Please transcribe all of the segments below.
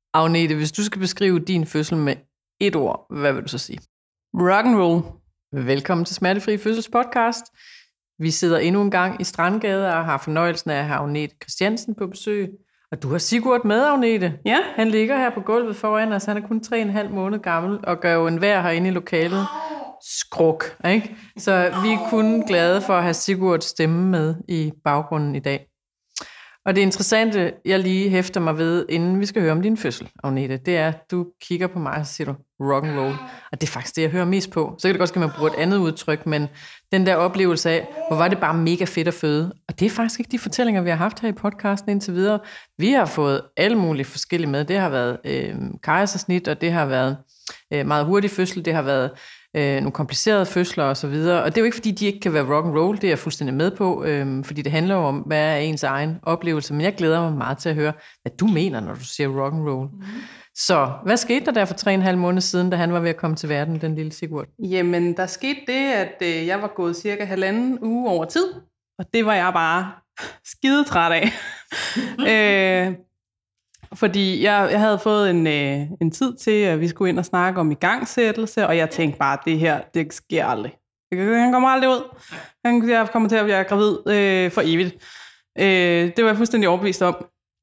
Agnete, hvis du skal beskrive din fødsel med et ord, hvad vil du så sige? Rock and roll. Velkommen til Smertefri Fødsels podcast. Vi sidder endnu en gang i Strandgade og har fornøjelsen af at have Agnete Christiansen på besøg. Og du har Sigurd med, Agnete. Ja. Han ligger her på gulvet foran os. Han er kun 3,5 måneder gammel og gør jo enhver herinde i lokalet skruk. Ikke? Så vi er kun glade for at have Sigurds stemme med i baggrunden i dag. Og det interessante, jeg lige hæfter mig ved, inden vi skal høre om din fødsel, Agnete, det er, at du kigger på mig og siger rock and roll. Og det er faktisk det, jeg hører mest på. Så kan det godt ske, at man bruger et andet udtryk, men den der oplevelse af, hvor var det bare mega fedt at føde. Og det er faktisk ikke de fortællinger, vi har haft her i podcasten indtil videre. Vi har fået alle mulige forskellige med. Det har været kejsersnit, og det har været meget hurtig fødsel, det har været nogle komplicerede fødsler og så videre. Og det er jo ikke, fordi de ikke kan være rock and roll, det er jeg fuldstændig med på, fordi det handler jo om, hvad er ens egen oplevelse. Men jeg glæder mig meget til at høre, hvad du mener, når du siger rock and roll. Mm. Så hvad skete der for 3,5 måneder siden, da han var ved at komme til verden, den lille Sigurd? Jamen, der skete det, at jeg var gået cirka 1,5 uge over tid, og det var jeg bare skidetræt af. Fordi jeg havde fået en tid til, at vi skulle ind og snakke om igangsættelse, og jeg tænkte bare, at det her, det sker aldrig. Han kommer aldrig ud. Jeg kommer til at være gravid for evigt. Det var jeg fuldstændig overbevist om.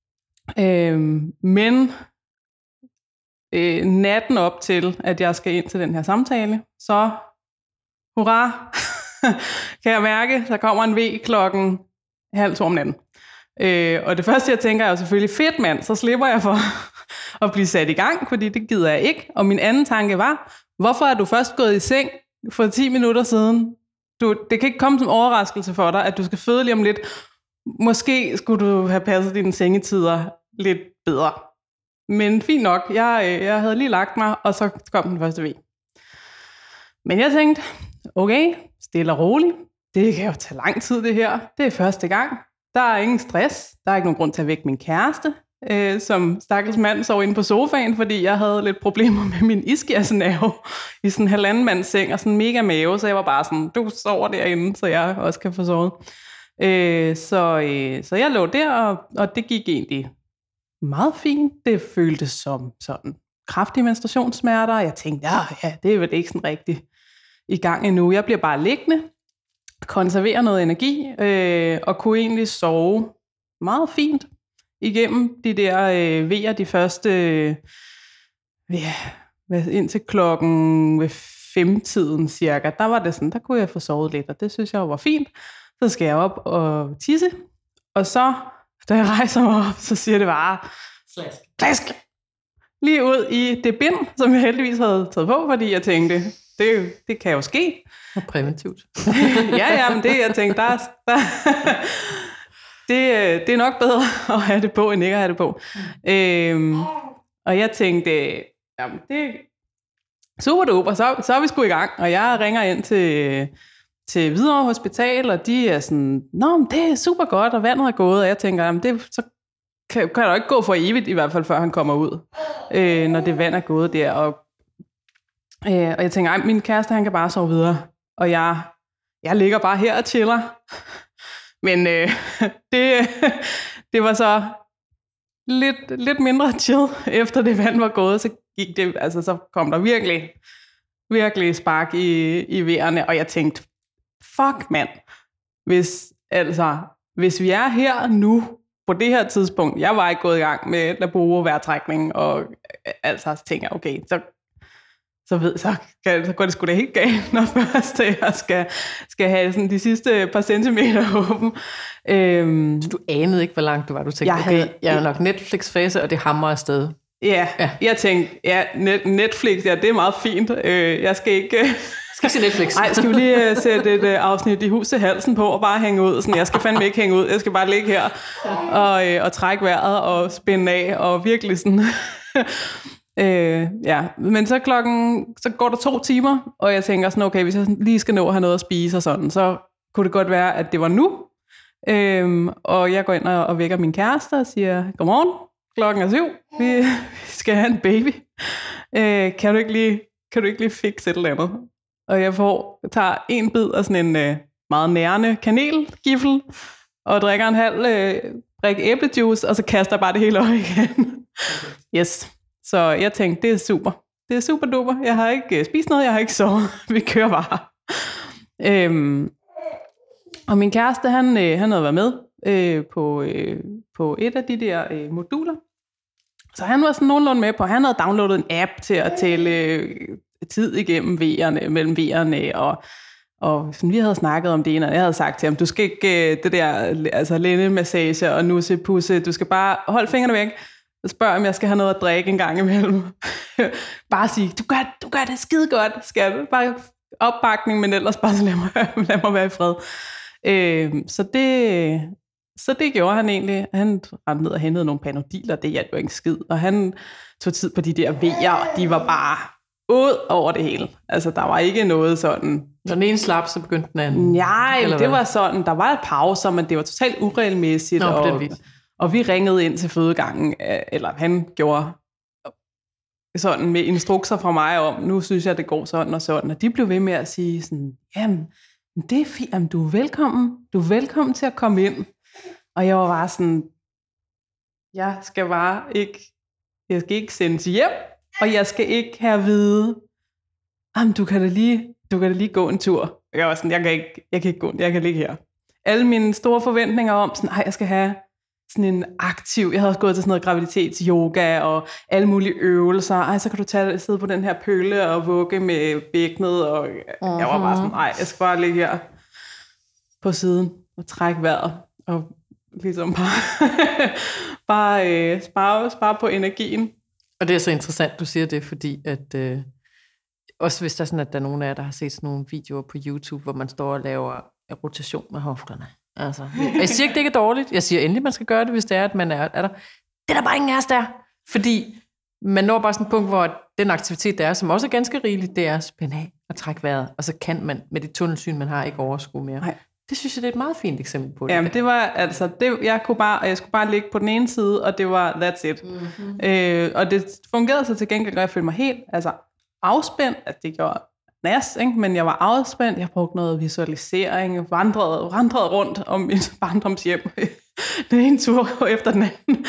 Men natten op til, at jeg skal ind til den her samtale, så hurra, kan jeg mærke, der kommer en V klokken 1:30 om natten. Og det første, jeg tænker, er jo selvfølgelig, fedt mand, så slipper jeg for at blive sat i gang, fordi det gider jeg ikke. Og min anden tanke var, hvorfor er du først gået i seng for 10 minutter siden? Det kan ikke komme som overraskelse for dig, at du skal føde lige om lidt. Måske skulle du have passet dine sengetider lidt bedre. Men fint nok, jeg havde lige lagt mig, og så kom den første V. Men jeg tænkte, okay, stille og roligt. Det kan jo tage lang tid, det her. Det er første gang. Der er ingen stress. Der er ikke nogen grund til at vække min kæreste, som stakkels mand sov inde på sofaen, fordi jeg havde lidt problemer med min ischiasnerve i sådan en 1,5 mands seng og sådan en mega mave, så jeg var bare sådan, du sover derinde, så jeg også kan få sovet. Så jeg lå der, og det gik egentlig meget fint. Det føltes som sådan kraftige menstruationssmerter. Jeg tænkte, ja, det er vel ikke sådan rigtigt i gang endnu. Jeg bliver bare liggende, konservere noget energi, og kunne egentlig sove meget fint igennem de der V'er, de første, indtil klokken 5-tiden cirka. Der var det sådan, der kunne jeg få sovet lidt, og det synes jeg var fint. Så skal jeg op og tisse, og så, da jeg rejser mig op, så siger det bare, klask, lige ud i det bind, som jeg heldigvis havde taget på, fordi jeg tænkte, det kan jo ske. Og præventivt. ja, men det, jeg tænkte, det er nok bedre at have det på, end ikke at have det på. Og jeg tænkte, jamen, det er super duper, så er vi sgu i gang. Og jeg ringer ind til Hvidovre Hospital, og de er sådan, nå, det er super godt, og vandet er gået. Og jeg tænker, jamen, så kan der ikke gå for evigt, i hvert fald før han kommer ud, når det vand er gået der. Og jeg tænker, min kæreste, han kan bare sove videre. Og jeg ligger bare her og chiller. Men det var så lidt mindre chill, efter det vand var gået. Så kom der virkelig spark i vejerne. Og jeg tænkte, fuck mand, hvis vi er her nu, på det her tidspunkt, jeg var ikke gået i gang med labor, vejrtrækning og så tænker jeg, okay, så går det sgu da helt galt, når først jeg skal have sådan de sidste par centimeter åben. Så du anede ikke, hvor langt du var? Du tænkte, jeg er nok Netflix-fase, og det hamrer afsted. Ja, jeg tænkte, Netflix, det er meget fint. Jeg skal ikke... Skal se Netflix? Nej, skal vi lige sætte et afsnit i hus til halsen på og bare hænge ud? Sådan, jeg skal fandme ikke hænge ud. Jeg skal bare ligge her og trække vejret og spænde af og virkelig sådan... Men så går der 2 timer, og jeg tænker sådan, okay, hvis jeg lige skal nå at have noget at spise og sådan, så kunne det godt være, at det var nu. Og jeg går ind og vækker min kæreste og siger, godmorgen, klokken er 7, vi skal have en baby. Kan du ikke lige fikse et eller andet? Og jeg tager en bid af sådan en meget nærende kanelgiffel, og drikker en halv brik æblejuice, og så kaster jeg bare det hele op igen. Yes. Så jeg tænkte, det er super. Det er super duper. Jeg har ikke spist noget, jeg har ikke sovet. Vi kører bare. Og min kæreste, han havde været med på et af de der moduler. Så han var sådan nogenlunde med på, han havde downloadet en app til at tælle tid igennem mellem V'erne, og sådan, vi havde snakket om det ene, og jeg havde sagt til ham, du skal ikke det der altså lændemassage og nusse-pusse, du skal bare holde fingrene væk, og spørg, om jeg skal have noget at drikke en gang imellem. Bare sige, du gør det skide godt, skal du? Bare opbakning, men ellers bare lad mig være i fred. Så det gjorde han egentlig. Han rendte ned og hentede nogle Panodiler, det hjalp jo ikke skid. Og han tog tid på de der V'er, og de var bare ud over det hele. Altså, der var ikke noget sådan... Når den ene slap, så begyndte den anden. Nej, det var sådan, der var et pauser, men det var totalt uregelmæssigt. Og vi ringede ind til fødegangen, eller han gjorde sådan med instrukser fra mig om, nu synes jeg, det går sådan og sådan. Og de blev ved med at sige sådan, jamen, det er fint, jamen, du er velkommen. Du er velkommen til at komme ind. Og jeg var bare sådan, jeg skal ikke sendes hjem, og jeg skal ikke have at vide, jamen, du kan da lige gå en tur. Jeg var sådan, jeg kan ikke gå, jeg kan ligge her. Alle mine store forventninger om, sådan, jeg skal have sådan en aktiv, jeg havde også gået til sådan noget graviditetsyoga og alle mulige øvelser. Så kan du sidde på den her pølle og vugge med bækkenet, og jeg var bare sådan, jeg skal bare ligge her på siden og trække vejret og ligesom bare spare på energien. Og det er så interessant, du siger det, fordi at også hvis der er sådan, at der er nogen af jer, der har set sådan nogle videoer på YouTube, hvor man står og laver rotation med hofterne. Altså, jeg siger ikke, det ikke er dårligt. Jeg siger endelig, man skal gøre det, hvis det er, at man er der. Det er der bare ingen af os der. Fordi man når bare sådan et punkt, hvor den aktivitet, der er, som også er ganske rigeligt, det er at spænde af og trække vejret. Og så kan man med det tunnelsyn, man har, ikke overskue mere. Nej. Det synes jeg, det er et meget fint eksempel på det. Jamen, det var altså, jeg skulle bare ligge på den ene side, og det var that's it. Mm-hmm. Og det fungerede så til gengæld, og jeg følte mig helt afspændt, at det gjorde næst, ikke? Men jeg var afspændt, jeg brugte noget visualisering, vandrede rundt om mit barndomshjem, den ene tur efter den anden.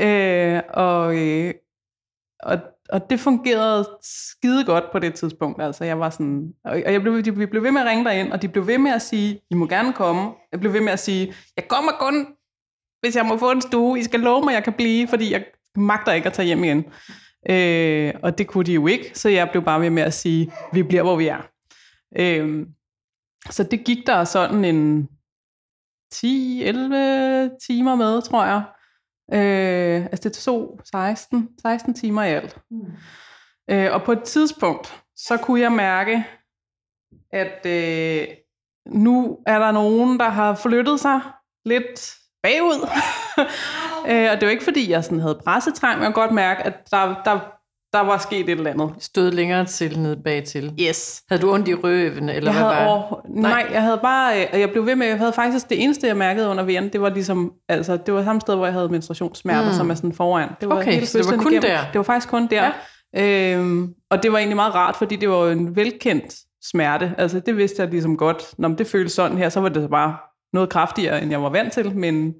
Og det fungerede skide godt på det tidspunkt. Altså, jeg var sådan, vi blev ved med at ringe derind, og de blev ved med at sige, I må gerne komme. Jeg blev ved med at sige, jeg kommer kun, hvis jeg må få en stue. I skal love mig, jeg kan blive, fordi jeg magter ikke at tage hjem igen. Og det kunne de jo ikke, så jeg blev bare ved med at sige, vi bliver, hvor vi er. Så det gik der sådan en 10-11 timer med, tror jeg. Altså det tog 16 timer i alt. Og på et tidspunkt, så kunne jeg mærke, at nu er der nogen, der har flyttet sig lidt bagud. Og det var ikke, fordi jeg sådan havde pressetrang, men jeg kunne godt mærke, at der var sket et eller andet. Stod længere til nede bagtil. Yes. Havde du ondt i røven, eller hvad var det? Nej, jeg havde bare, jeg blev ved med, jeg havde faktisk det eneste, jeg mærkede under V'en, det var ligesom, altså det var samme sted, hvor jeg havde menstruationssmerter, som er sådan foran. Det var okay, så det var kun der? Det var faktisk kun der. Ja. Og det var egentlig meget rart, fordi det var jo en velkendt smerte. Altså det vidste jeg ligesom godt. Når det føltes sådan her, så var det bare noget kraftigere, end jeg var vant til, men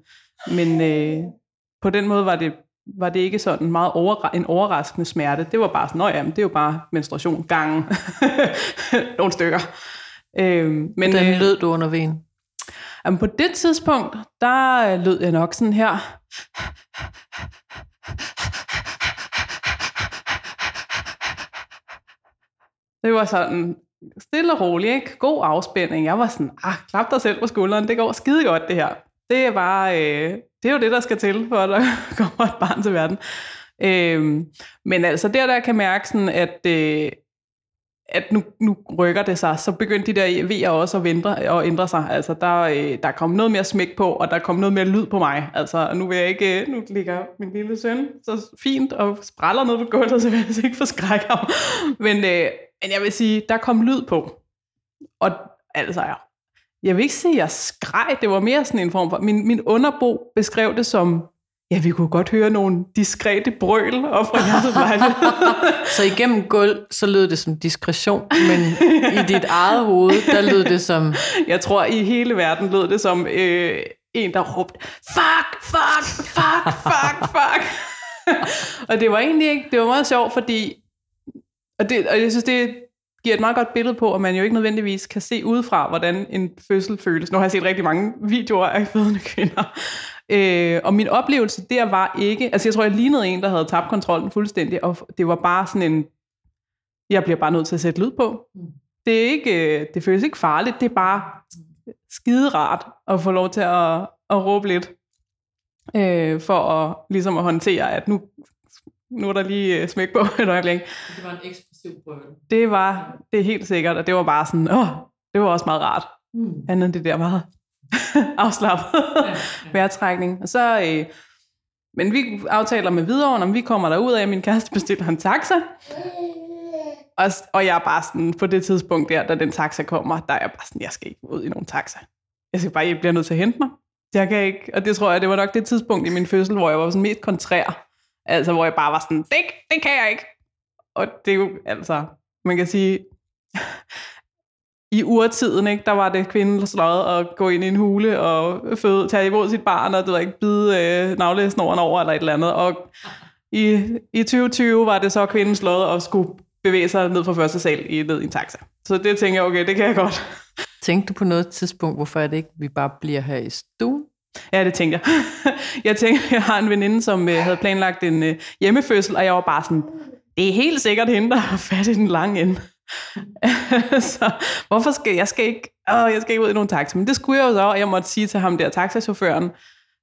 på den måde var det ikke sådan meget en overraskende smerte. Det var bare sådan, jamen, det er jo bare menstruation gange nogle stykker. Men hvordan lød du under V'en? Jamen, på det tidspunkt, der lød jeg nok sådan her. Det var sådan stille og roligt, ikke? God afspænding. Jeg var sådan, klap dig selv på skulderen, det går skide godt det her. Det er bare, det er jo det, der skal til, for at der kommer et barn til verden. Men altså der kan jeg mærke sådan, at nu rykker det sig, så begyndte de der V'er også at ændre sig. Altså der kom noget mere smæk på, og der kom noget mere lyd på mig. Altså nu vil jeg ikke, nu ligger min lille søn så fint og spræller ned på gulvet, så vil jeg ikke forskrække ham. Men jeg vil sige, der kom lyd på. Og altså jeg vil ikke sige, at jeg skreg. Det var mere sådan en form for... Min underbo beskrev det som... Ja, vi kunne godt høre nogle diskrete brøl op fra jeres lejlighed. Så igennem gulv, så lød det som diskretion, men i dit eget hoved, der lød det som... Jeg tror, i hele verden lød det som en, der råbte, fuck, fuck, fuck, fuck, fuck. Og det var egentlig ikke, det var meget sjovt, fordi, og jeg synes, det giver et meget godt billede på, at man jo ikke nødvendigvis kan se udefra, hvordan en fødsel føles. Nu har jeg set rigtig mange videoer af fødende kvinder. Og min oplevelse der var ikke, altså jeg tror, jeg lignede en, der havde tabt kontrollen fuldstændig, og det var bare sådan en, jeg bliver bare nødt til at sætte lyd på. Det er ikke, det føles ikke farligt, det er bare skide rart at få lov til at råbe lidt, for at, ligesom at håndtere, at nu er der lige smæk på et øjeblik. Det var en eksplosiv prøve. Det er helt sikkert, og det var bare sådan, det var også meget rart. Andet end det der meget afslappet vejrtrækning. Og så, men vi aftaler med Hvidovre, om vi kommer derud af, min kæreste bestiller en taxa. Og jeg er bare sådan, på det tidspunkt der, da den taxa kommer, der er jeg bare sådan, jeg skal ikke ud i nogen taxa. Jeg bliver nødt til at hente mig. Jeg kan ikke, og det tror jeg, det var nok det tidspunkt i min fødsel, hvor jeg var sådan mest kontrær. Altså, hvor jeg bare var sådan, det kan jeg ikke. Og det er jo, altså, man kan sige, i urtiden, ikke, der var det kvinden slået at gå ind i en hule og tage imod sit barn, og det var ikke bide navlesnoren over eller et eller andet. Og i 2020 var det så kvinden slået at skulle bevæge sig ned fra første sal ned i en taxa. Så det tænker jeg, okay, det kan jeg godt. Tænkte du på noget tidspunkt, hvorfor er det ikke, vi bare bliver her i stuen? Ja, det tænkte jeg. Jeg har en veninde, som havde planlagt en hjemmefødsel, og jeg var bare sådan, det er helt sikkert hende, der har fat i den lange ende. Så hvorfor skal jeg skal ikke ud i nogen taxa? Men det skulle jeg jo så, og jeg måtte sige til ham der, taxachaufføren,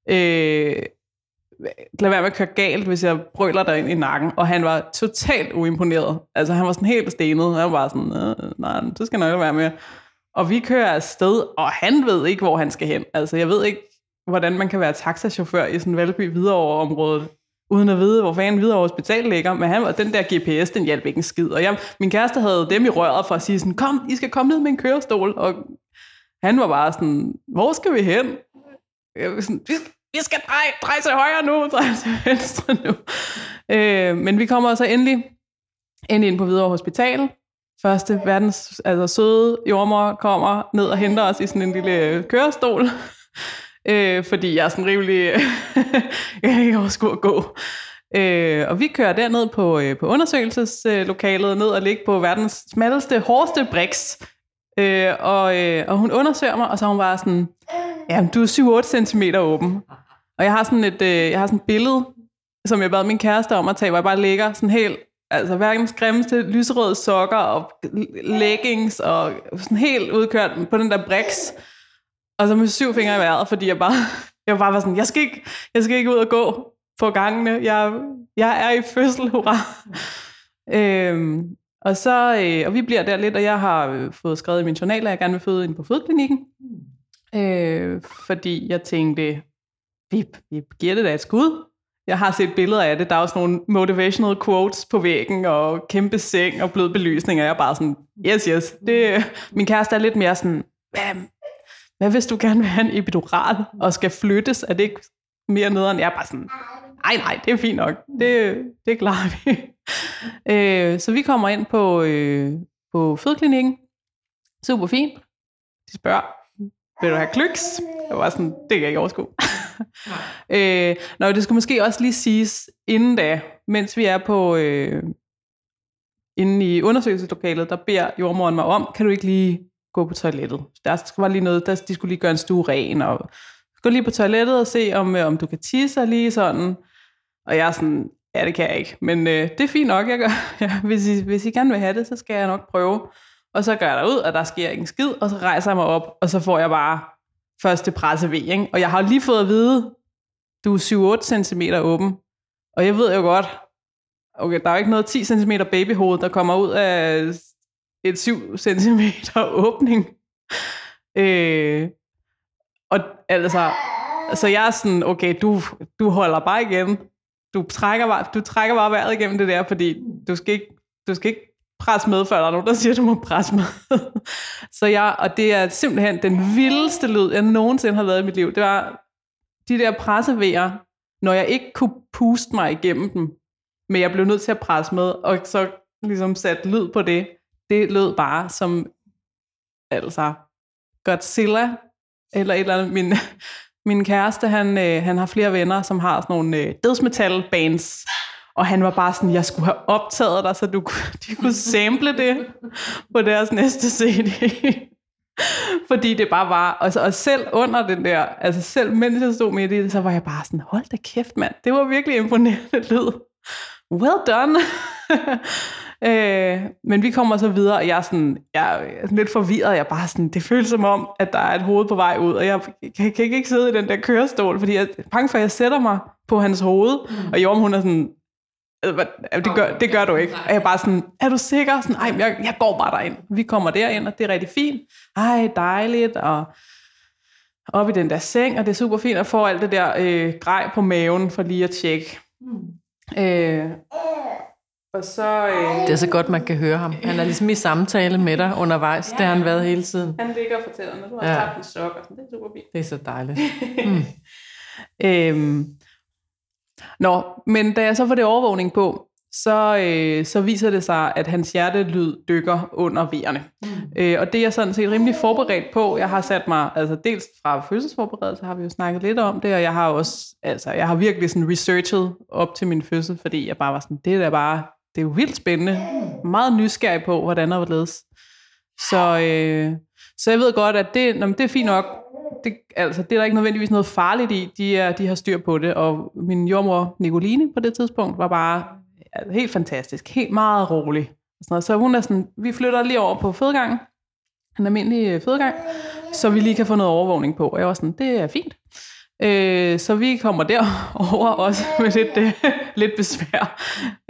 lad være med at køre galt, hvis jeg brøler dig ind i nakken. Og han var totalt uimponeret. Altså han var sådan helt stenet. Han var bare sådan, nej, det skal nok være med. Og vi kører afsted, og han ved ikke, hvor han skal hen. Altså jeg ved ikke, hvordan man kan være taxachauffør i sådan Valby Hvidovre-området, uden at vide, hvor fanden Hvidovre Hospital ligger. Men den der GPS, den hjalp ikke en skid. Og min kæreste havde dem i røret for at sige sådan, kom, I skal komme ned med en kørestol. Og han var bare sådan, hvor skal vi hen? Jeg var sådan, vi skal dreje til højre nu, dreje til venstre nu. Men vi kommer så endelig ind på Hvidovre Hospital. Første verdens søde jordmor kommer ned og henter os i sådan en lille kørestol. Fordi jeg er sådan rimelig, jeg kan ikke overskue at gå. Og vi kører derned på undersøgelseslokalet, ned og ligge på verdens smalleste, hårdeste briks. Og hun undersøger mig, og så er hun bare sådan, ja, du er 7-8 centimeter åben. Og jeg har sådan et billede, som jeg bad min kæreste om at tage, hvor jeg bare ligger sådan helt, altså verdens grimmeste lyserøde sokker og leggings og sådan helt udkørt på den der briks. Og så med 7 fingre i vejret, fordi jeg bare var sådan, jeg skal ikke ud og gå på gangene. Jeg er i fødsel, hurra. Og vi bliver der lidt, og jeg har fået skrevet i min journal, at jeg gerne vil føde ind på fødeklinikken. Fordi jeg tænkte, vi giver det da et skud. Jeg har set billeder af det. Der er også nogle motivational quotes på væggen, og kæmpe seng og blød belysning, og jeg er bare sådan, yes. Min kæreste er lidt mere sådan, hvad hvis du gerne vil have en epidural og skal flyttes? Er det ikke mere nederen? Jeg er bare sådan, nej, det er fint nok. Det klarer vi. Så vi kommer ind på fødeklinikken. Super fint. De spørger, vil du have klyks? Jeg var sådan, det kan jeg ikke overskue. Det skulle måske også lige siges inden da, mens vi er på inde i undersøgelseslokalet, der beder jordmoren mig om, kan du ikke lige gå på toilettet? Der var lige noget, de skulle lige gøre en stue ren, og gå lige på toilettet og se, om du kan tisse lige sådan. Og jeg er sådan, ja, det kan jeg ikke, men det er fint nok, jeg gør. Ja, hvis I gerne vil have det, så skal jeg nok prøve. Og så gør jeg derud, og der sker ikke en skid, og så rejser jeg mig op, og så får jeg bare første presse ved, ikke? Og jeg har lige fået at vide, du er 7-8 centimeter åben. Og jeg ved jo godt, okay, der er jo ikke noget 10 centimeter babyhoved, der kommer ud af et 7 centimeter åbning. Og altså, så jeg er sådan, okay, du holder bare igen. Du trækker bare vejret igennem det der, fordi du skal ikke presse med, før der er nogen, der siger, at du må presse med. Og det er simpelthen den vildeste lyd, jeg nogensinde har lavet i mit liv. Det var de der pressevejer, når jeg ikke kunne puste mig igennem dem, men jeg blev nødt til at presse med, og så ligesom sat lyd på det. Det lød bare som, altså, Godzilla, eller et eller andet. Min kæreste, han har flere venner, som har sådan nogle dødsmetal-bands. Og han var bare sådan, jeg skulle have optaget dig, så de kunne sample det på deres næste CD. Fordi det bare var, og selv under den der, altså selv mens jeg stod midt i det, så var jeg bare sådan, hold da kæft mand, det var virkelig imponerende lyd. Well done. Men vi kommer så videre, og jeg er sådan lidt forvirret. Jeg er bare sådan, det føles som om, at der er et hoved på vej ud, og jeg kan ikke sidde i den der kørestol, fordi jeg er bange for, at jeg sætter mig på hans hoved, og Jorm, hun er sådan, det gør du ikke. Og jeg er bare sådan, er du sikker? Sådan, ej, jeg går bare derind. Vi kommer derind, og det er rigtig fint. Ej, dejligt, og op i den der seng, og det er super fint, at få alt det der grej på maven, for lige at tjekke. Og så... Det er så godt, man kan høre ham. Han er ligesom i samtale med dig undervejs. Det har han været hele tiden. Han ligger og fortæller, når du har tabt en sok, og sådan. Det er super fint. Det er så dejligt. Men da jeg så får det overvågning på, så viser det sig, at hans hjertelyd dykker under vejerne. Og det er jeg sådan set rimelig forberedt på. Jeg har sat mig, altså dels fra fødselsforberedelse har vi jo snakket lidt om det, og jeg har også, altså jeg har virkelig sådan researchet op til min fødsel, fordi jeg bare var sådan, det er jo vildt spændende. Meget nysgerrig på, hvordan og hvorledes. Så jeg ved godt, at det er fint nok. Det er der ikke nødvendigvis noget farligt i. De har styr på det, og min jordmor Nicoline på det tidspunkt var bare helt fantastisk, helt meget rolig. Så hun er sådan, vi flytter lige over på fødegangen, en almindelig fødegang, så vi lige kan få noget overvågning på. Og jeg var sådan, det er fint. Så vi kommer derover også med lidt besvær.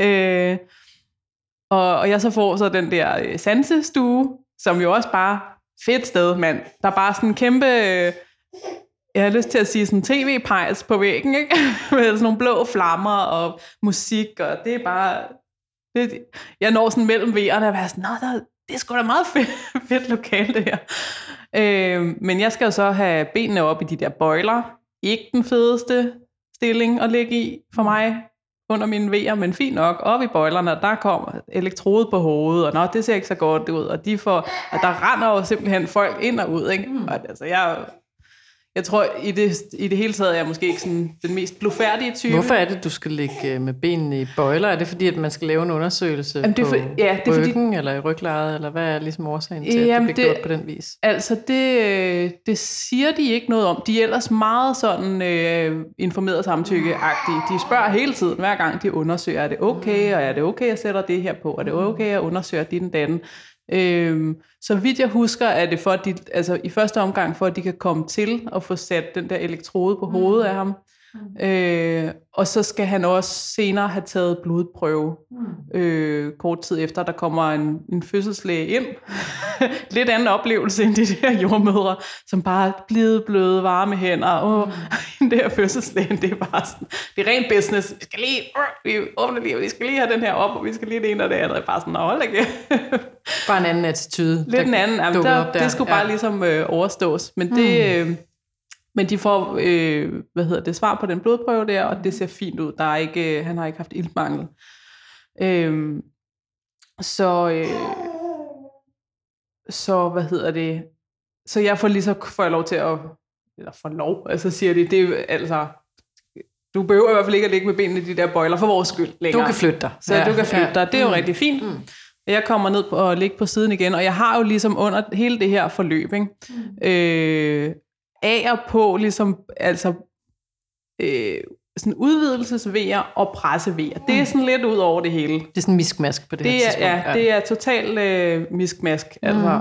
Og jeg så får så den der sansestue, som jo også bare fedt sted, mand. Der er bare sådan en kæmpe, jeg har lyst til at sige sådan tv-pejs på væggen, ikke? Med sådan nogle blå flammer og musik, og det er bare... jeg når sådan mellem vejerne og er sådan, det er sgu da meget fedt lokale, det her. Men jeg skal jo så have benene op i de der bøjler. Ikke den fedeste stilling at ligge i for mig under mine vejer, men fint nok, op i bøjlerne, og der kommer elektrode på hovedet, og det ser ikke så godt ud, og der render jo simpelthen folk ind og ud, ikke? Og altså, jeg tror, i det hele taget er jeg måske ikke sådan den mest blufærdige type. Hvorfor er det, du skal ligge med benene i bøjler? Er det fordi, at man skal lave en undersøgelse på ryggen, eller i ryglejet, eller hvad er ligesom årsagen til, at det bliver gjort på den vis? Altså, det siger de ikke noget om. De er ellers meget sådan informeret samtykkeagtige. De spørger hele tiden, hver gang de undersøger, er det okay, og er det okay, jeg sætter det her på, er det okay, jeg undersøger din datten. Så vidt jeg husker, er det for, at i første omgang, for at de kan komme til at få sat den der elektrode på hovedet af ham. Og så skal han også senere have taget blodprøve kort tid efter, der kommer en fødselslæge ind. Lidt anden oplevelse end de der jordmødre, som bare er blevet bløde, varme hænder. Den der fødselslægen, det er bare sådan, det er rent business. Vi skal lige, vi skal lige have den her op, og vi skal lige det ene og det andet. Bare sådan, hold da kæft. Bare en anden attitude. Lidt en anden. Det skulle bare ligesom overstås. Men men de får svar på den blodprøve der, og det ser fint ud. Han har ikke haft iltmangel. Så jeg får jeg lov til at, eller får lov, altså siger de, det er altså, du behøver i hvert fald ikke at ligge med benene i de der bøjler for vores skyld længere. Du kan flytte dig. Så du kan flytte dig. Det er jo rigtig fint. Jeg kommer ned og ligger på siden igen, og jeg har jo ligesom under hele det her forløb, ikke? Af og på, ligesom, altså, sådan udvidelsesvejer og pressevejer. Det er sådan lidt ud over det hele. Det er sådan miskmask på det her tidspunkt. Ja, det er totalt miskmask. Altså,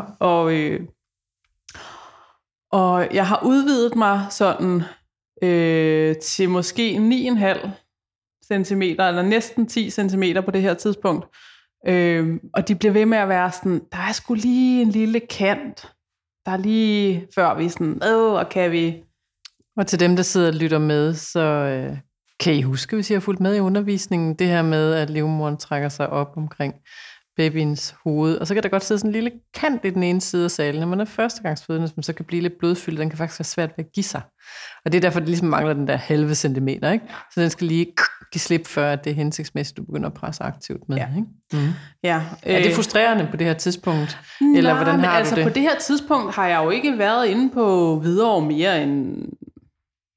og jeg har udvidet mig sådan til måske 9,5 centimeter, eller næsten 10 centimeter på det her tidspunkt. Og de bliver ved med at være sådan, der er sgu lige en lille kant. Der er lige før vi sådan, og kan vi... Og til dem, der sidder og lytter med, så kan I huske, hvis I har fulgt med i undervisningen, det her med, at livmoderen trækker sig op omkring babyens hoved, og så kan der godt sidde sådan en lille kant i den ene side af salen, når man er førstegangsfødende, som så kan blive lidt blodfyldt, den kan faktisk være svært ved at give sig. Og det er derfor, det ligesom mangler den der halve centimeter, ikke? Så den skal lige give slip, før at det er hensigtsmæssigt, du begynder at presse aktivt med. Ja. Ikke? Ja. Er det frustrerende på det her tidspunkt? Nej, eller hvordan har altså du det? På det her tidspunkt har jeg jo ikke været inde på Hvidovre mere end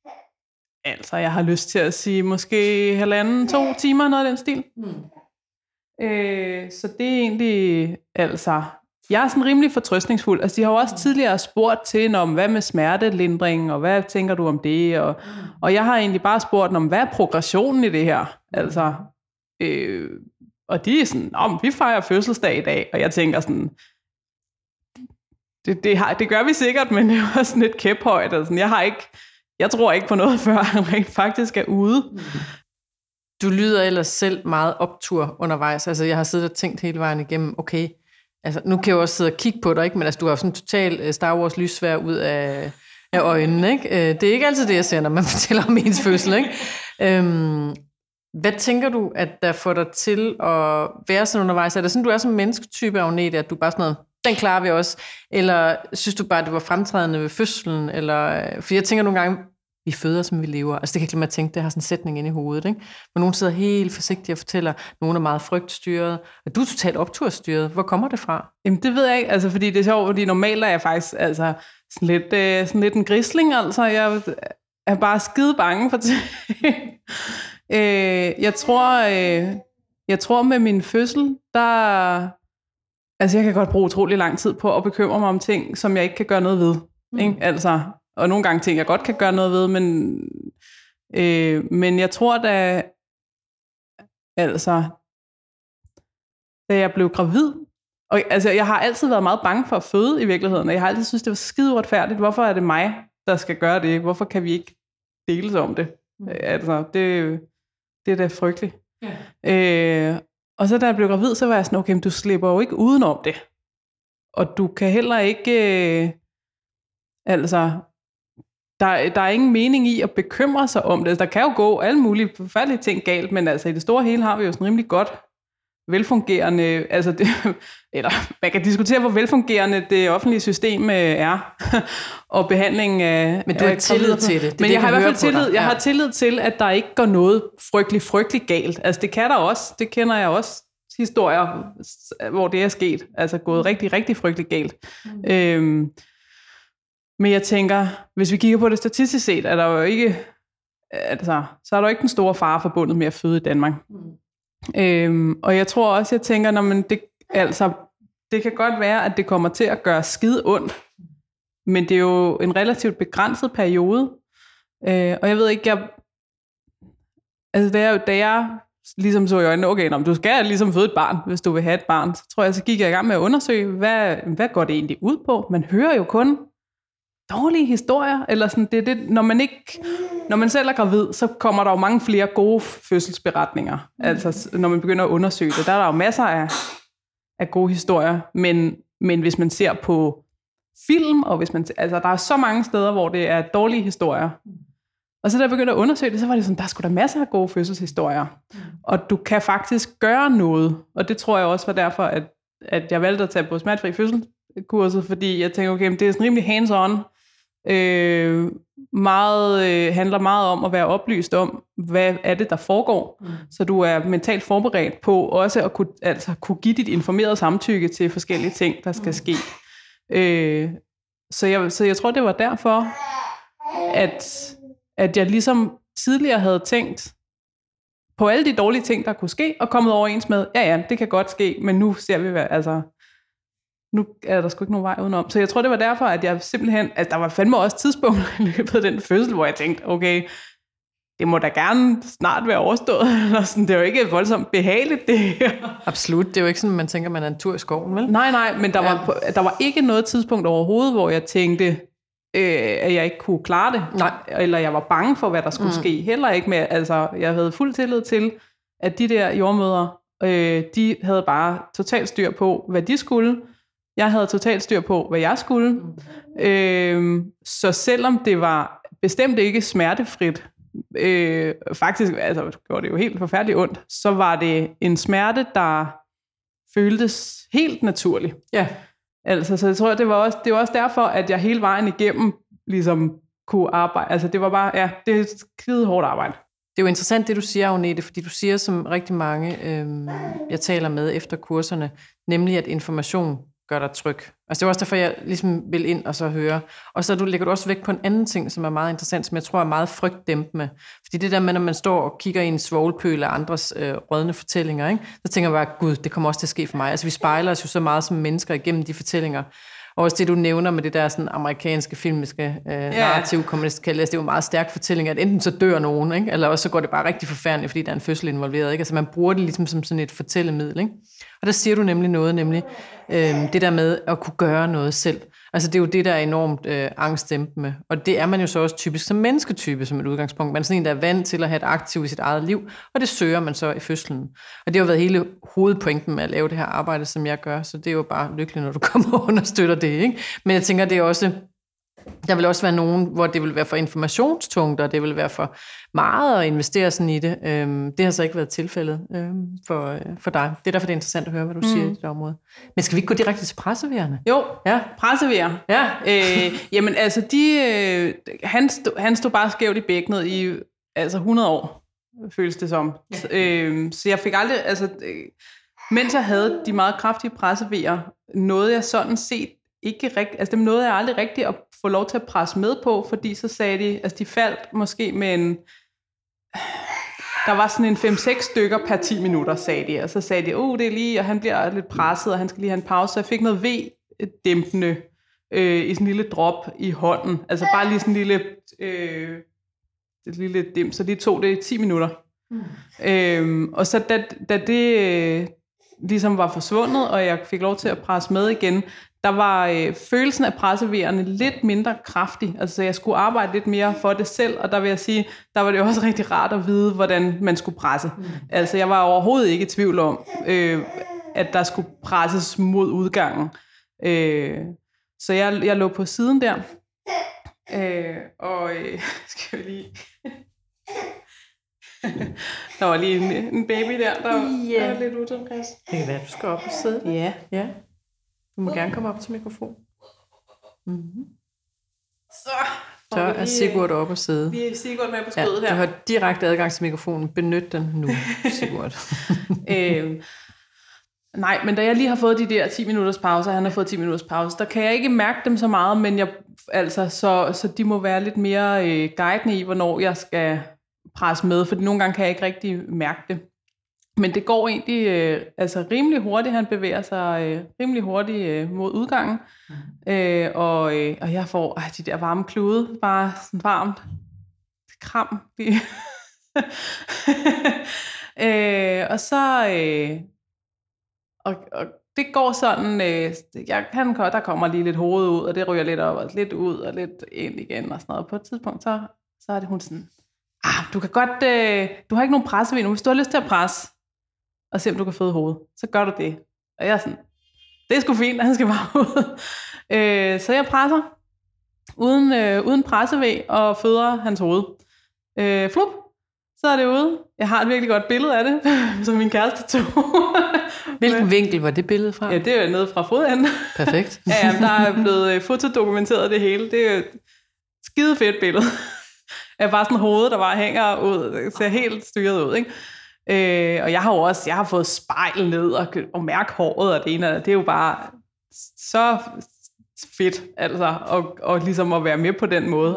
Altså, jeg har lyst til at sige måske 1,5-2 timer, noget af den stil. Så det er egentlig, altså, jeg er sådan rimelig fortrøstningsfuld. Altså, de har jo også tidligere spurgt til, hvad med smertelindring, og hvad tænker du om det? Og jeg har egentlig bare spurgt om, hvad er progressionen i det her? Altså, og de er sådan, vi fejrer fødselsdag i dag, og jeg tænker sådan, det gør vi sikkert, men det er også sådan lidt kæphøjt. Altså, jeg tror ikke på noget, før han rent faktisk er ude. Du lyder ellers selv meget optur undervejs. Altså, jeg har siddet og tænkt hele vejen igennem, okay, altså, nu kan jeg jo også sidde og kigge på dig, ikke? Men altså, du har jo sådan total Star Wars lyssvær ud af øjnene, ikke? Det er ikke altid det, jeg ser, når man fortæller om ens fødsel, ikke? Hvad tænker du, at der får dig til at være sådan undervejs? Er det sådan, du er som mennesketype, Agnete, at du bare sådan noget, den klarer vi også? Eller synes du bare, at det var fremtrædende ved fødslen? Eller, for jeg tænker nogle gange, vi føder, som vi lever. Altså det kan jeg glemme at tænke, det har sådan en sætning inde i hovedet, ikke? Hvor nogen sidder helt forsigtigt og fortæller, nogen er meget frygtstyret, og du er totalt opturstyret. Hvor kommer det fra? Jamen det ved jeg ikke, altså fordi det er sjovt, fordi normalt er jeg faktisk altså, sådan lidt en grisling, altså jeg er bare skide bange for ting. Jeg tror med min fødsel, altså jeg kan godt bruge utrolig lang tid på at bekymre mig om ting, som jeg ikke kan gøre noget ved. Ikke? Altså, og nogle gange ting, jeg godt kan gøre noget ved, men jeg tror da, altså, da jeg blev gravid, og altså, jeg har altid været meget bange for at føde i virkeligheden, og jeg har altid synes det var skide uretfærdigt. Hvorfor er det mig, der skal gøre det? Hvorfor kan vi ikke deles om det? Altså, det er da frygteligt. Ja. Og så da jeg blev gravid, så var jeg sådan, okay, men du slipper jo ikke udenom det. Og du kan heller ikke, altså, der er ingen mening i at bekymre sig om det. Der kan jo gå alle mulige forfærdelige ting galt, men altså i det store hele har vi jo sådan rimelig godt velfungerende, altså det, eller man kan diskutere, hvor velfungerende det offentlige system er, og behandling af... Men du har tillid til det. Men jeg har i hvert fald tillid, jeg har tillid til, at der ikke går noget frygtelig galt. Altså det kan der også, det kender jeg også historier, hvor det er sket, altså gået rigtig frygtelig galt. Men jeg tænker, hvis vi kigger på det statistisk set, er der jo ikke, altså, så er der jo ikke den store fare forbundet med at føde i Danmark. Og jeg tror også, jeg tænker, det kan godt være, at det kommer til at gøre skide ondt, men det er jo en relativt begrænset periode. Og jeg ved ikke, da jeg ligesom så i øjnene, okay, du skal ligesom føde et barn, hvis du vil have et barn, så gik jeg i gang med at undersøge, hvad går det egentlig ud på? Man hører jo kun dårlige historier, eller sådan, det, når man selv er gravid, så kommer der jo mange flere gode fødselsberetninger, altså når man begynder at undersøge det, der er jo masser af gode historier, men hvis man ser på film, og hvis man, altså der er så mange steder, hvor det er dårlige historier, og så da jeg begyndte at undersøge det, så var det sådan, der er sgu da masser af gode fødselshistorier, og du kan faktisk gøre noget, og det tror jeg også var derfor, at jeg valgte at tage på smertefri fødselskurset, fordi jeg tænker, okay, det er sådan rimelig hands-on, handler meget om at være oplyst om, hvad er det, der foregår, så du er mentalt forberedt på også at kunne give dit informerede samtykke til forskellige ting, der skal ske. Så jeg tror, det var derfor, at jeg ligesom tidligere havde tænkt på alle de dårlige ting, der kunne ske, og kommet overens med, ja, det kan godt ske, men nu ser vi, nu er der sgu ikke nogen vej udenom. Så jeg tror, det var derfor, at jeg simpelthen, altså der var fandme også tidspunkt i løbet af den fødsel, hvor jeg tænkte, okay, det må da gerne snart være overstået, eller sådan, det er jo ikke voldsomt behageligt, det her. Absolut, det er jo ikke sådan, man tænker, man er en tur i skoven, vel? Nej, men der var ikke noget tidspunkt overhovedet, hvor jeg tænkte, at jeg ikke kunne klare det, eller jeg var bange for, hvad der skulle ske. Heller ikke med, altså jeg havde fuld tillid til, at de der jordmødre, de havde bare totalt styr på, hvad de skulle. Jeg havde totalt styr på, hvad jeg skulle. Så selvom det var bestemt ikke smertefrit, faktisk, altså gjorde det jo helt forfærdeligt ondt, så var det en smerte, der føltes helt naturlig. Ja. Altså, så jeg tror, det var også derfor, at jeg hele vejen igennem ligesom kunne arbejde. Altså, det var bare, ja, det er skide hårdt arbejde. Det er jo interessant, det du siger, Agnete, fordi du siger, som rigtig mange, jeg taler med efter kurserne, nemlig at information gør dig tryg. Altså det er også derfor, jeg ligesom vil ind og så høre. Og så lægger du også væk på en anden ting, som er meget interessant, som jeg tror er meget frygtdæmpende. Fordi det der med, når man står og kigger i en svovlpøl af andres rødne fortællinger, ikke? Så tænker jeg bare, gud, det kommer også til at ske for mig. Altså vi spejler os jo så meget som mennesker igennem de fortællinger. Og også det, du nævner med det der sådan amerikanske filmiske narrativ, kan man næsten kalde det er jo meget stærk fortælling, at enten så dør nogen, ikke? Eller også så går det bare rigtig forfærdeligt, fordi der er en fødsel involveret. Ikke? Altså man bruger det ligesom som sådan et fortællemiddel. Ikke? Og der siger du nemlig noget, det der med at kunne gøre noget selv. Altså det er jo det, der er enormt angstdæmpende. Og det er man jo så også typisk som mennesketype, som et udgangspunkt. Man er sådan en, der er vant til at have et aktiv i sit eget liv, og det søger man så i fødslen. Og det har jo været hele hovedpointen med at lave det her arbejde, som jeg gør, så det er jo bare lykkeligt, når du kommer og understøtter det. Ikke? Men jeg tænker, det er også... Der vil også være nogen, hvor det vil være for informationstungt, og det vil være for meget at investere sådan i det. Det har så ikke været tilfældet for dig. Det er derfor, det er interessant at høre, hvad du siger i det område. Men skal vi ikke gå direkte til presseveerne? Jo, pressevejer. Ja. Jamen altså, han stod bare skævt i bækkenet i 100 år, føles det som. Ja. Så jeg fik aldrig... mens jeg havde de meget kraftige pressevejer, nåede jeg sådan set ikke rigtigt, altså dem nåede jeg aldrig rigtigt at få lov til at presse med på, fordi så sagde de, altså de faldt måske med der var sådan en 5-6 stykker per 10 minutter, sagde de, og så sagde de, det er lige, og han bliver lidt presset, og han skal lige have en pause, så jeg fik noget V-dæmpende i sådan en lille drop i hånden, altså bare lige sådan en lille dæmp, så de tog det i 10 minutter. Og så da det ligesom var forsvundet, og jeg fik lov til at presse med igen, der var følelsen af presseveerne lidt mindre kraftig. Altså jeg skulle arbejde lidt mere for det selv, og der vil jeg sige, der var det også rigtig rart at vide, hvordan man skulle presse. Altså jeg var overhovedet ikke i tvivl om, at der skulle presses mod udgangen. Så jeg lå på siden der, skal vi lige... Der var lige en baby der var lidt utilfreds. Det kan være, du skal op og sidde. Ja. Du må gerne komme op til mikrofon. Mm-hmm. Så er Sigurd op og sidde. Vi er Sigurd med på skødet her. Du har direkte adgang til mikrofonen. Benyt den nu, Sigurd. Nej, men da jeg lige har fået de der 10 minutters pause, og han har fået 10 minutters pause, der kan jeg ikke mærke dem så meget, men så de må være lidt mere guidende i, hvornår jeg skal presse med, for nogle gange kan jeg ikke rigtig mærke det. Men det går egentlig rimelig hurtigt. Han bevæger sig rimelig hurtigt mod udgangen. Og jeg får de der varme klude, bare sådan varmt. Kram. Og så... Og det går sådan... der kommer lige lidt hoved ud, og det ryger lidt op og lidt ud og lidt ind igen og sådan noget. På et tidspunkt, så er det hun sådan... du kan godt... du har ikke nogen presseven nu. Hvis du har lyst til at presse, og se om du kan føde hovedet, så gør du det. Og jeg er sådan, det er sgu fint, han skal bare ud. Så jeg presser, uden pressevæg, og føder hans hoved. Flup, så er det ude. Jeg har et virkelig godt billede af det, som min kæreste tog. Hvilken vinkel var det billede fra? Ja, det er nede fra fodenden. Perfekt. Ja, der er blevet fotodokumenteret det hele. Det er et skide fedt billede. Af bare sådan et hoved, der bare hænger ud. Det ser helt styret ud, ikke? Og jeg har fået spejl ned og mærke håret og det ene. Det er jo bare så fedt, altså, og ligesom at være med på den måde.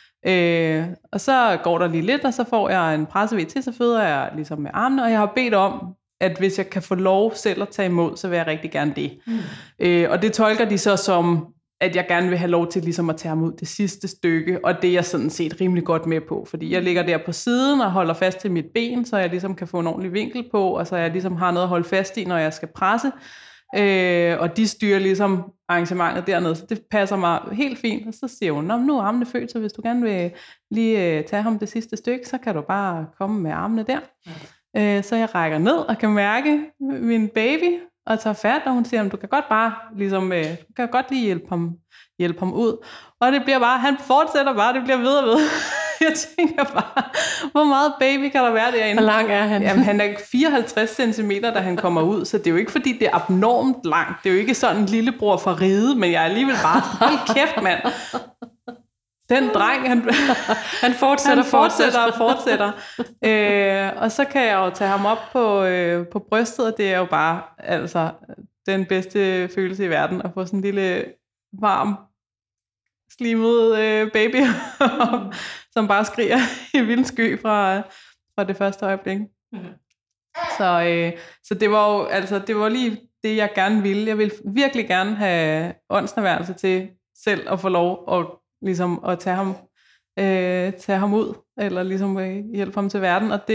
Og så går der lige lidt, og så får jeg en pressevæg til, så føder jeg ligesom med armene, og jeg har bedt om, at hvis jeg kan få lov selv at tage imod, så vil jeg rigtig gerne det. Og det tolker de så som, at jeg gerne vil have lov til ligesom at tage ham ud det sidste stykke, og det er jeg sådan set rimelig godt med på, fordi jeg ligger der på siden og holder fast til mit ben, så jeg ligesom kan få en ordentlig vinkel på, og så jeg ligesom har noget at holde fast i, når jeg skal presse, og de styrer ligesom arrangementet dernede, så det passer mig helt fint, og så siger hun, nu er armene født, så hvis du gerne vil lige tage ham det sidste stykke, så kan du bare komme med armene der. Så jeg rækker ned og kan mærke min baby, og tager fat, og hun siger, du kan godt bare ligesom, du kan godt lige hjælpe ham ud. Og det bliver bare, han fortsætter bare, det bliver ved og ved. Jeg tænker bare, hvor meget baby kan der være derinde? Hvor lang er han? Jamen, han er 54 cm, da han kommer ud, så det er jo ikke, fordi det er abnormt langt. Det er jo ikke sådan en lillebror fra ride, men jeg er alligevel bare, hold kæft, mand. Den dreng, han fortsætter. Og så kan jeg jo tage ham op på brystet, og det er jo bare, altså, den bedste følelse i verden, at få sådan en lille varm, slimet baby, som bare skriger i vild sky fra det første øjeblik. Så det var jo, altså, det var lige det, jeg gerne ville. Jeg ville virkelig gerne have åndsnærværelse til selv at få lov at, ligesom, at tage ham ud, eller ligesom hjælpe ham til verden, og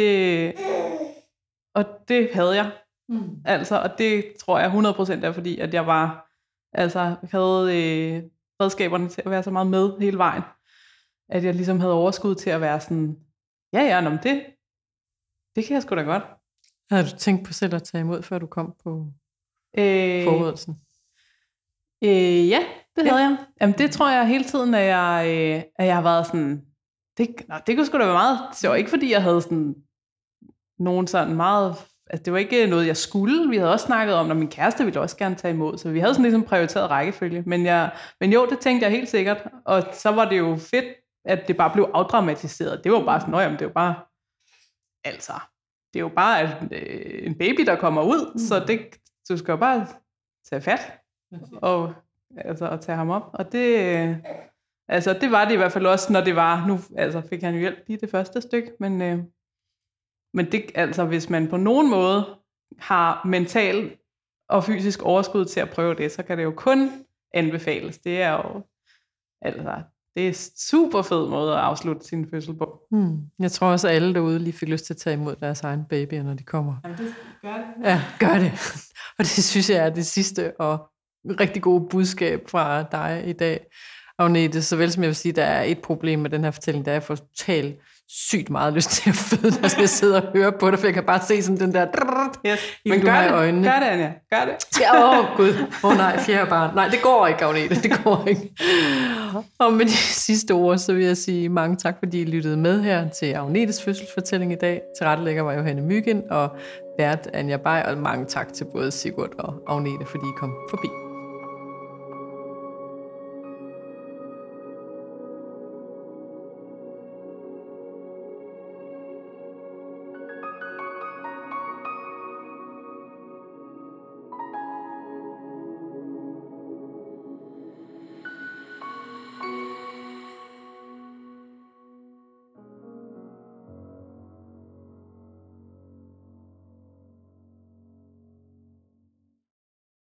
det havde jeg. Altså, og det tror jeg 100% er, fordi at jeg var, altså, havde redskaberne til at være så meget med hele vejen, at jeg ligesom havde overskud til at være sådan, men det kan jeg sgu da godt. Havde du tænkt på selv at tage imod, før du kom på forberedelsen? Ja, det havde jeg. Jamen, det tror jeg hele tiden, at jeg har været sådan, det kunne sgu da være meget. Det var ikke, fordi jeg havde sådan nogen sådan meget, altså det var ikke noget, jeg skulle. Vi havde også snakket om, at min kæreste ville også gerne tage imod, så vi havde sådan ligesom prioriteret rækkefølge. Men jo, det tænkte jeg helt sikkert. Og så var det jo fedt, at det bare blev afdramatiseret. Det var bare sådan, det er jo bare, altså, det er jo bare en baby, der kommer ud, så du skal jo bare tage fat og tage ham op. Og det var det i hvert fald også, når det var, nu altså fik han jo hjælp lige det første stykke, men det, altså, hvis man på nogen måde har mental og fysisk overskud til at prøve det, så kan det jo kun anbefales. Det er jo, altså, det er en super fed måde at afslutte sin fødsel på. Jeg tror også, at alle derude lige fik lyst til at tage imod deres egen baby, når de kommer. Jamen, det gør det. Ja, gør det. Og det synes jeg er det sidste og rigtig gode budskab fra dig i dag, Agnete. Såvel som jeg vil sige, der er et problem med den her fortælling, der er, at jeg får totalt sygt meget lyst til at føde, når jeg sidder og hører på det, for jeg kan bare se sådan den der men gør det, Anja, gør det. Ja, gud, nej, fjerde barn. Nej, det går ikke, Agnete, det går ikke. Og med de sidste ord, så vil jeg sige mange tak, fordi I lyttede med her til Agnetes fødselsfortælling i dag. Tilrettelægger var Johanne Myggen og vært Anja Bay, og mange tak til både Sigurd og Agnete, fordi I kom forbi.